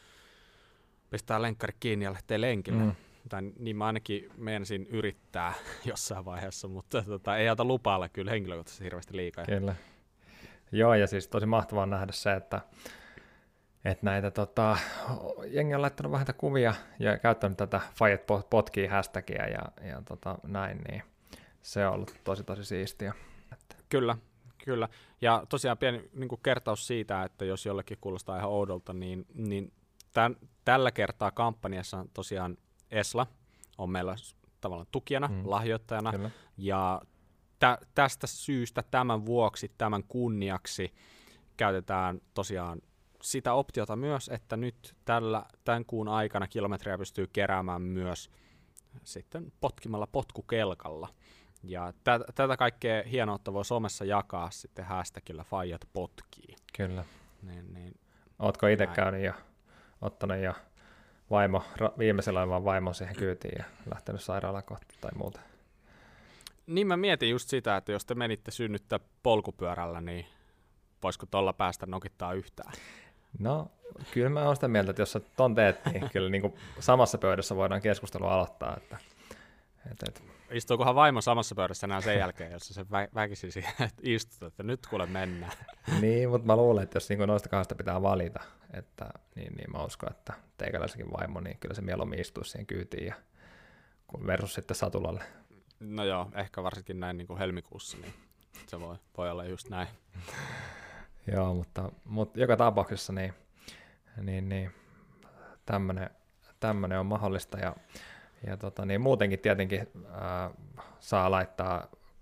pistää lenkkari kiinni ja lähtee lenkille. Mm. Tai niin mä ainakin meinasin yrittää jossain vaiheessa, mutta tota, ei ota lupailla kyllä henkilökohtaisesti hirveästi liikaa. Kyllä. Joo, ja siis tosi mahtavaa nähdä se, että, että näitä tota, jengi on laittanut vähän kuvia ja käyttänyt tätä Fayet potkii hashtagia ja, ja tota, näin, niin se on ollut tosi tosi siistiä. Kyllä, kyllä. Ja tosiaan pieni niin kuin kertaus siitä, että jos jollekin kuulostaa ihan oudolta, niin, niin tämän, tällä kertaa kampanjassa tosiaan Esla on meillä tavallaan tukijana, mm. lahjoittajana, kyllä. Ja tä, tästä syystä, tämän vuoksi, tämän kunniaksi käytetään tosiaan sitä optiota myös, että nyt tällä, tämän kuun aikana kilometriä pystyy keräämään myös sitten potkimalla potkukelkalla. Ja tä, tätä kaikkea hienoutta voi somessa jakaa sitten hashtagillä Fayet potkii. Kyllä. Niin, niin, ootko itse käynyt ja ottanut jo vaimo, viimeisellä vaan vaimon siihen kyytiin ja lähtenyt sairaalaan kohti tai muuta? Niin mä mietin just sitä, että jos te menitte synnyttää polkupyörällä, niin voisiko tuolla päästä nokittaa yhtään? No, kyllä mä oon sitä mieltä, että jos sä ton teet, niin kyllä niin kuin samassa pöydässä voidaan keskustelua aloittaa. Että, että, että. Istuukohan vaimo samassa pöydässä enää sen jälkeen, jos se vä- väkisin siihen istut, että nyt kuule mennään. Niin, mutta mä luulen, että jos niin noista kahdesta pitää valita, että, niin, niin mä uskon, että teikäläisenkin vaimo, niin kyllä se mieluummin istuisi siihen kyytiin ja, versus sitten satulalle. No joo, ehkä varsinkin näin niin kuin helmikuussa, niin se voi, voi olla just näin. Joo, mutta, mutta joka tapauksessa niin, niin, niin tämmöinen, tämmöinen on mahdollista ja, ja tota, niin muutenkin tietenkin ää, saa laittaa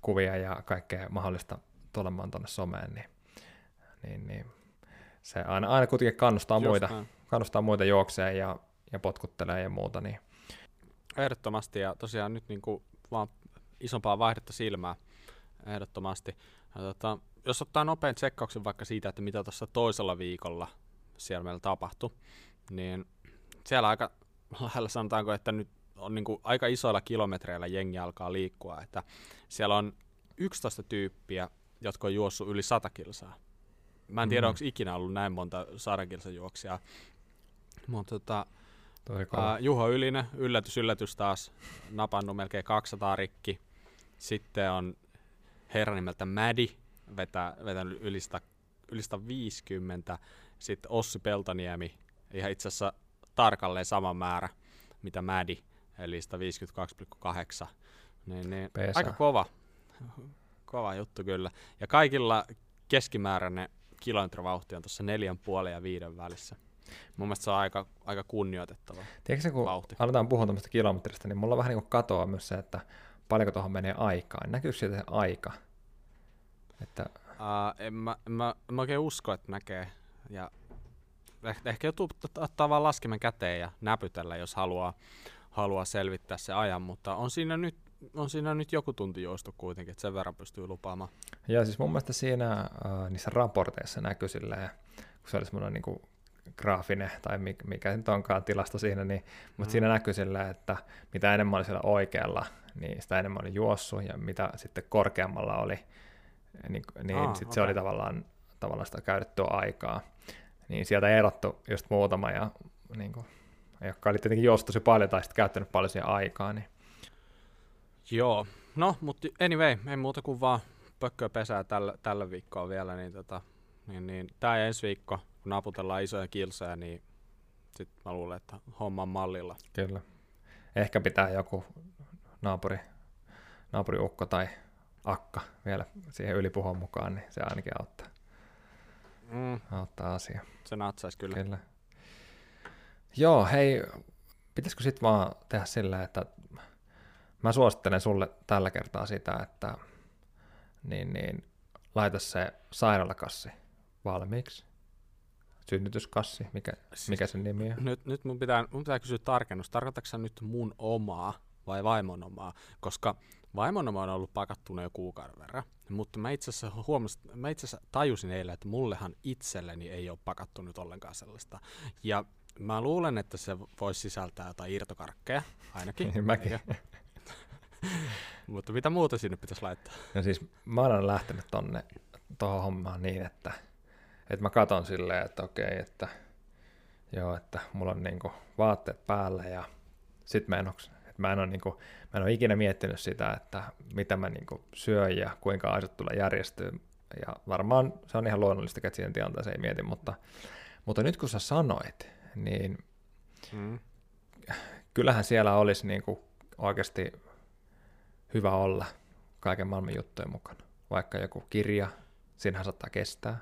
kuvia ja kaikkea mahdollista tulemaan tuonne someen, niin, niin, niin se aina, aina kuitenkin kannustaa Just muita, näin. kannustaa muita juokseen ja, ja potkuttelee ja muuta. Niin. Ehdottomasti, ja tosiaan nyt niinku vaan isompaa vaihdetta silmää, ehdottomasti. Ja tota, jos ottaa nopean tsekkauksen vaikka siitä, että mitä tuossa toisella viikolla siellä meillä tapahtui, niin siellä aika lähellä sanotaanko, että nyt on niinku aika isoilla kilometreillä jengi alkaa liikkua, että siellä on yksitoista tyyppiä, jotka on juossut yli sata kilsaa. Mä en tiedä, mm. onko ikinä ollut näin monta sadan kilsan juoksijaa, mutta tota, Uh, Juho Ylinen, yllätys, yllätys taas, napannut melkein kaksisataa rikki. Sitten on herra nimeltä Mädi, vetää, vetänyt yli sata viisikymmentä. Sitten Ossi Peltoniemi, ihan itse asiassa tarkalleen sama määrä, mitä Mädi, eli sata viisikymmentäkaksi pilkku kahdeksan. Niin, niin, aika kova, kova juttu kyllä. Ja kaikilla keskimääräinen kilometrivauhti on tuossa neljän puolen ja viiden välissä. Mun mielestä se on aika, aika kunnioitettava Tiedätkö, kun vauhti. aletaan puhua tämmöistä kilometristä, niin mulla vähän niin kuin katoaa myös se, että paljonko tuohon menee aikaa. Näkyykö siitä se aika? Että... Uh, en, mä, en, mä, en mä oikein usko, että näkee. Ja ehkä, ehkä joutuu ottaa vaan laskimen käteen ja näpytellä, jos haluaa, haluaa selvittää se ajan, mutta on siinä nyt, on siinä nyt joku tunti juostu kuitenkin, että sen verran pystyy lupaamaan. Ja siis mun mielestä siinä uh, niissä raporteissa näkyy silleen, kun se oli semmoinen niin kuin graafinen tai mikä nyt onkaan tilasto siinä, niin, mutta mm. siinä näkyy sillä, että mitä enemmän oli siellä oikealla, niin sitä enemmän oli juossut, ja mitä sitten korkeammalla oli, niin, niin ah, sitten okay. se oli tavallaan, tavallaan sitä käytettyä aikaa. Niin sieltä erottu just muutama, ja niin kuin, jotka oli tietenkin juossut tosi paljon tai sitten käyttänyt paljon siihen aikaa. Niin. Joo, no mutta anyway, ei muuta kuin vaan pökköä pesää tällä, tällä viikkoa vielä, niin, tota, niin, niin tämä ensi viikko, kun naputellaan isoja kilsoja, niin sitten mä luulen, että homman mallilla. Kyllä. Ehkä pitää joku naapuri, naapuriukko tai akka vielä siihen ylipuhon mukaan, niin se ainakin auttaa, mm. auttaa asiaa. Se natsaisi kyllä. Kyllä. Joo, hei, pitäisikö sitten vaan tehdä sillä, että mä suosittelen sulle tällä kertaa sitä, että niin, niin, laita se sairaalakassi valmiiksi. Synnytyskassi, mikä, mikä sen nimi on? Nyt, nyt mun, pitää, mun pitää kysyä tarkennus. Tarkoitatko sä nyt mun omaa vai vaimon omaa? Koska vaimon oma on ollut pakattuna jo kuukauden verran, mutta mä itse asiassa huomasin, mä itse asiassa tajusin eilen, että mullehan itselleni ei ole pakattu nyt ollenkaan sellaista. Ja mä luulen, että se voisi sisältää jotain irtokarkkeja ainakin. Mäkin. Mutta mitä muuta sinne pitäisi laittaa? No siis mä olen lähtenyt tonne tohon hommaan niin, että että mä katon silleen, että okei, että joo, että mulla on niinku vaatteet päällä ja sit mä en oo, että mä en oo niinku, mä en oo ikinä miettinyt sitä, että mitä mä niinku syön ja kuinka asiat tulee järjestyä, ja varmaan se on ihan luonnollista, että siihen tilanteeseen ei mieti, mutta, mutta nyt kun sä sanoit, niin mm. kyllähän siellä olisi niinku oikeasti hyvä olla kaiken maailman juttujen mukana, vaikka joku kirja, siinähän saattaa kestää.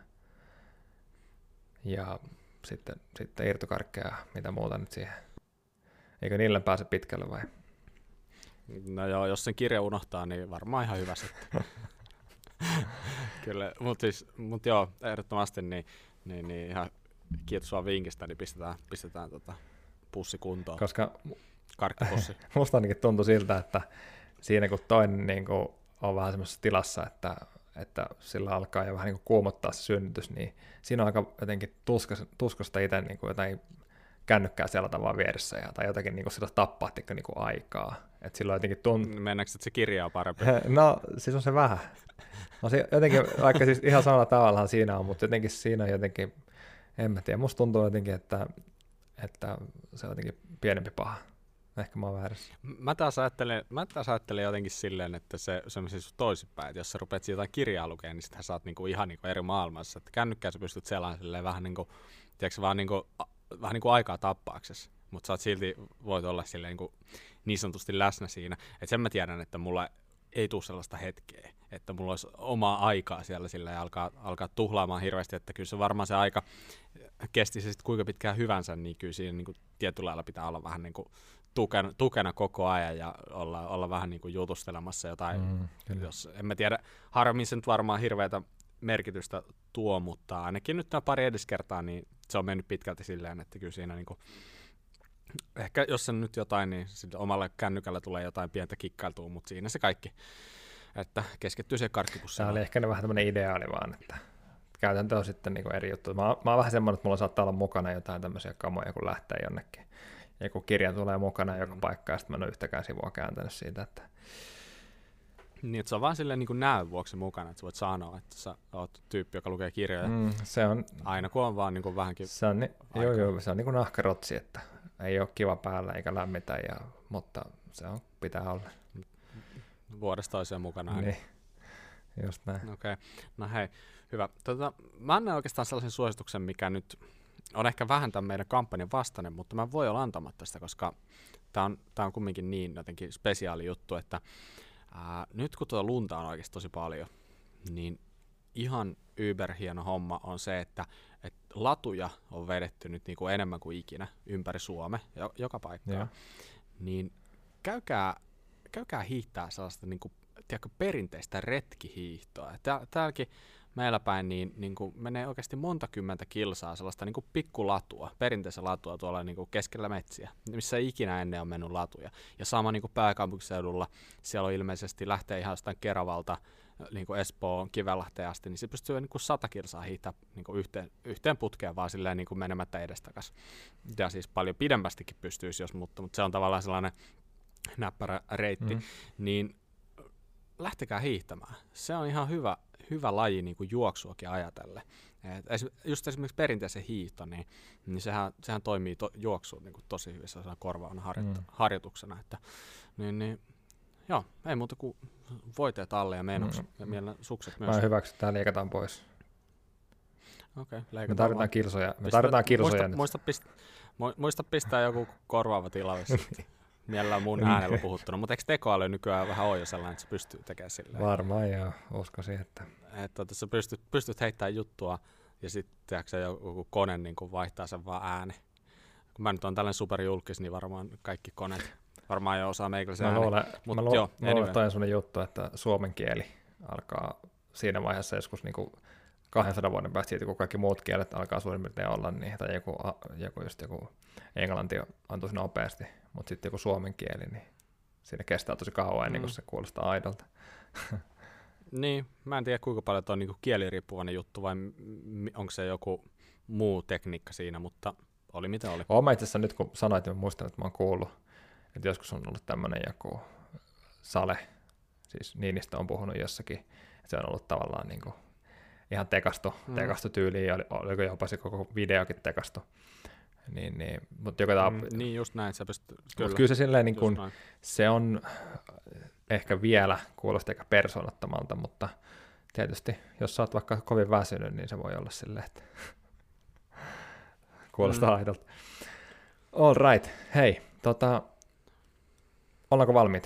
Ja sitten, sitten irtokarkkeja, mitä muuta nyt siihen. Eikö niillä pääse pitkälle vai? No joo, jos sen kirja unohtaa, niin varmaan ihan hyvä sitten. Kyllä, mutta siis, mut joo, ehdottomasti niin, niin, niin ihan kiitos vaan vinkistä, niin pistetään, pistetään tota pussi kuntoon. Koska karkkipussi. Musta ainakin tuntui siltä, että siinä kun toinen niin kun on vähän semmoisessa tilassa, että että sillä alkaa jo vähän niin kuin kuumottaa se synnytys, niin siinä on aika jotenkin tuskasta, tuskasta itse niin kuin jotain kännykkää siellä tavalla vieressä, ja, tai jotakin niin kuin sillä tappaa niin kuin aikaa. Että silloin jotenkin tunt... Mennäänkö, että se kirja on parempi? No, siis on se vähän. No, se jotenkin, vaikka siis ihan samalla tavallahan siinä on, mutta jotenkin siinä on jotenkin, en mä tiedä, musta tuntuu jotenkin, että, että se on jotenkin pienempi paha. Ehkä mä oon väärässä. Mä taas ajattelen, mä taas ajattelen jotenkin silleen, että se, se on siis toisinpäin, että jos sä rupeat jotain kirjaa lukemaan, niin sitten sä oot niinku ihan niinku eri maailmassa. Että kännykkää sä pystyt selaamaan silleen vähän niinku, tiedätkö, vaan niinku, vähän niinku aikaa tappaaksesi, mutta sä oot silti voit olla silleen niinku niin sanotusti läsnä siinä. Että sen mä tiedän, että mulla ei tule sellaista hetkeä, että mulla olisi omaa aikaa siellä sillä ja alkaa, alkaa tuhlaamaan hirveästi, että kyllä se varmaan se aika kesti se sitten kuinka pitkään hyvänsä, niin kyllä siinä niin kuin tietyllä lailla pitää olla vähän niin kuin tukena, tukena koko ajan ja olla, olla vähän niin kuin jutustelemassa jotain, Mm, jos, en mä tiedä, harvemmin se nyt varmaan hirveätä merkitystä tuo, mutta ainakin nyt nämä pari ediskertaa, niin se on mennyt pitkälti silleen, että kyllä siinä niin kuin, ehkä jos se nyt jotain, niin omalle kännykällä tulee jotain pientä kikkailtua, mutta siinä se kaikki, että keskittyy siihen karkkipussiin. Tämä oli ehkä ne vähän tämmöinen ideaali vaan, että käytäntö on sitten niin kuin eri juttu. Mä, mä oon vähän semmoinen, että mulla saattaa olla mukana jotain tämmöisiä kamoja, kun lähtee jonnekin. Ja kun kirja tulee mukana joka paikkaan, ja sitten mä en ole yhtäkään sivua kääntänyt siitä, että niin, että se on vaan silleen niin kuin näön vuoksi mukana, että sä voit sanoa, että sä oot tyyppi, joka lukee kirjoja. Mm, se on, aina kun on vaan niin kuin vähänkin se on, joo, joo, se on niin kuin nahkarotsi, että ei ole kiva päällä eikä lämmitä, ja, mutta se on, pitää olla. Vuodesta toiseen mukana. Niin, just näin. Okei, okay. No hei, hyvä. Tota, mä annan oikeastaan sellaisen suosituksen, mikä nyt on ehkä vähän tämän meidän kampanjan vastainen, mutta mä voi olla antamatta sitä, koska tää on, tää on kumminkin niin jotenkin spesiaali juttu, että ää, nyt kun tuota lunta on oikeasti tosi paljon, niin ihan yberhieno homma on se, että et latuja on vedetty nyt niinku enemmän kuin ikinä ympäri Suomea, jo, joka paikkaan. Ja. Niin käykää, käykää hiihtää sellaista niinku, tiedätkö, perinteistä retkihiihtoa. Tää, täälläkin meillä päin niin, niin kuin menee oikeasti monta kymmentä kilsaa sellaista niin kuin pikkulatua, perinteistä latua tuolla niin kuin keskellä metsiä, missä ei ikinä ennen on mennyt latuja. Ja sama niin kuin pääkaupunkiseudulla, siellä on ilmeisesti lähtee ihan jostain Keravalta niin kuin Espoon Kivenlahteen asti, niin se pystyy niin kuin sata kilsaa hiihtää niin kuin yhteen, yhteen putkeen vaan silleen niin kuin menemättä edestakas. Ja siis paljon pidemmästikin pystyisi, jos, mutta, mutta se on tavallaan sellainen näppärä reitti, mm. niin lähtekää hiihtämään. Se on ihan hyvä, hyvä laji niin kuin juoksuakin ajatellen. Et just esimerkiksi perinteisen hiihto, niin, niin sehän, sehän toimii to, juoksuun niin kuin tosi hyvissä korvaavana harjoit- mm. harjoituksena. Että, niin, niin, joo, ei muuta kuin voiteet alle ja menoksi mm. ja mielen sukset myös. Mä hyväksyn, tää leikataan pois. Okay, me tarvitaan kilsoja. Me tarvitaan kilsoja muista, muista, pist, muista pistää joku korvaava tilalle sitten. Mielellään mun äänellä puhuttuna, mutta eikö tekoäly nykyään vähän ole jo sellainen, että se pystyy tekemään silleen? Varmaan joo, uskoisin, että... Että sä pystyt, pystyt heittämään juttua ja sitten joku kone niin vaihtaa sen vaan ääni. Kun mä nyt on tällainen superjulkis, niin varmaan kaikki koneet varmaan jo osaa meikäläisen ääni. Mä luulen, Mut mä luulen, joo, mä luulen toi on sellainen juttu, että suomen kieli alkaa siinä vaiheessa joskus niin kuin kahdensadan vuoden päästä siitä, kun kaikki muut kielet alkaa suurin piirtein olla, niin, tai joku, joku, just joku englanti on tosi nopeasti, mutta sitten joku suomen kieli, niin siinä kestää tosi kauan ennen kuin mm. se kuulostaa aidolta. Niin, mä en tiedä kuinka paljon tuo on niinku kieliriippuvainen juttu, vai m- onko se joku muu tekniikka siinä, mutta oli mitä oli. Olen mä itse asiassa nyt kun sanoit, niin mä muistan, että mä oon kuullut, että joskus on ollut tämmöinen joku Sale, siis Niinistö on puhunut jossakin, että se on ollut tavallaan niin kuin ihan tekastu, mm. tekastu tyyliin, oli, oliko jopa se koko videokin tekastu. Niin, niin, mutta joka mm, niin just näin, sä pystyt, kyllä. Kyllä se silleen, niin kun, se on ehkä vielä kuulostaa ehkä persoonattomalta, mutta tietysti jos sä oot vaikka kovin väsynyt, niin se voi olla silleen, että kuulostaa mm. aidolta. All right, hei, tota, ollaanko valmiita?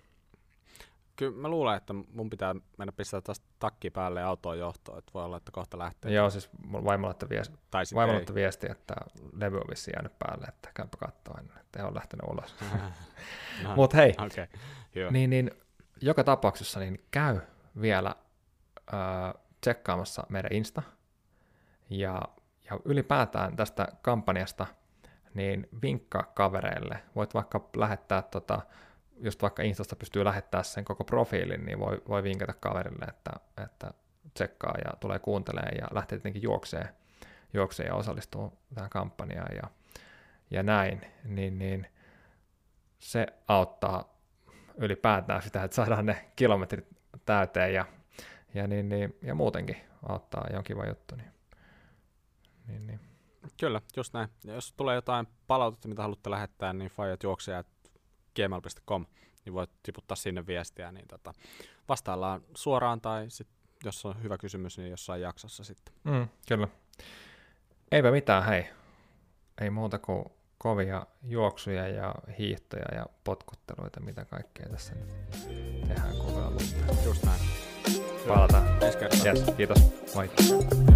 Kyllä mä luulen, että mun pitää mennä pistää taas takki päälle ja autoon johtoon, että voi olla, että kohta lähtee. Joo, siis mun vaimo laittoi viesti, viesti, että levy on vissiin jäänyt päälle, että käypä katsoa, että ei ole lähtenyt ulos. no, Mutta hei, okay. niin, niin, joka tapauksessa niin käy vielä äh, tsekkaamassa meidän Insta, ja, ja ylipäätään tästä kampanjasta, niin vinkkaa kavereille. Voit vaikka lähettää tota, just vaikka Instasta pystyy lähettämään sen koko profiilin, niin voi, voi vinkata kaverille, että, että tsekkaa ja tulee kuuntelemaan ja lähtee tietenkin juokseen, juokseen ja osallistuu tähän kampanjaan ja, ja näin, niin, niin se auttaa ylipäätään sitä, että saadaan ne kilometrit täyteen ja, ja, niin, niin, ja muutenkin auttaa ja on kiva juttu. Niin, niin, niin. Kyllä, just näin. Ja jos tulee jotain palautetta, mitä haluatte lähettää, niin fajatjuoksijat gmail piste com, niin voit tiputtaa sinne viestiä, niin tota, vastaillaan suoraan tai sit, jos on hyvä kysymys, niin jossain jaksossa sitten. Mm, kyllä. Eipä mitään, hei. Ei muuta kuin kovia juoksuja ja hiihtoja ja potkutteluita, mitä kaikkea tässä nyt tehdään kovaa lunta. Just näin. Palataan. Ensi kertaa. Yes, kiitos. Moi.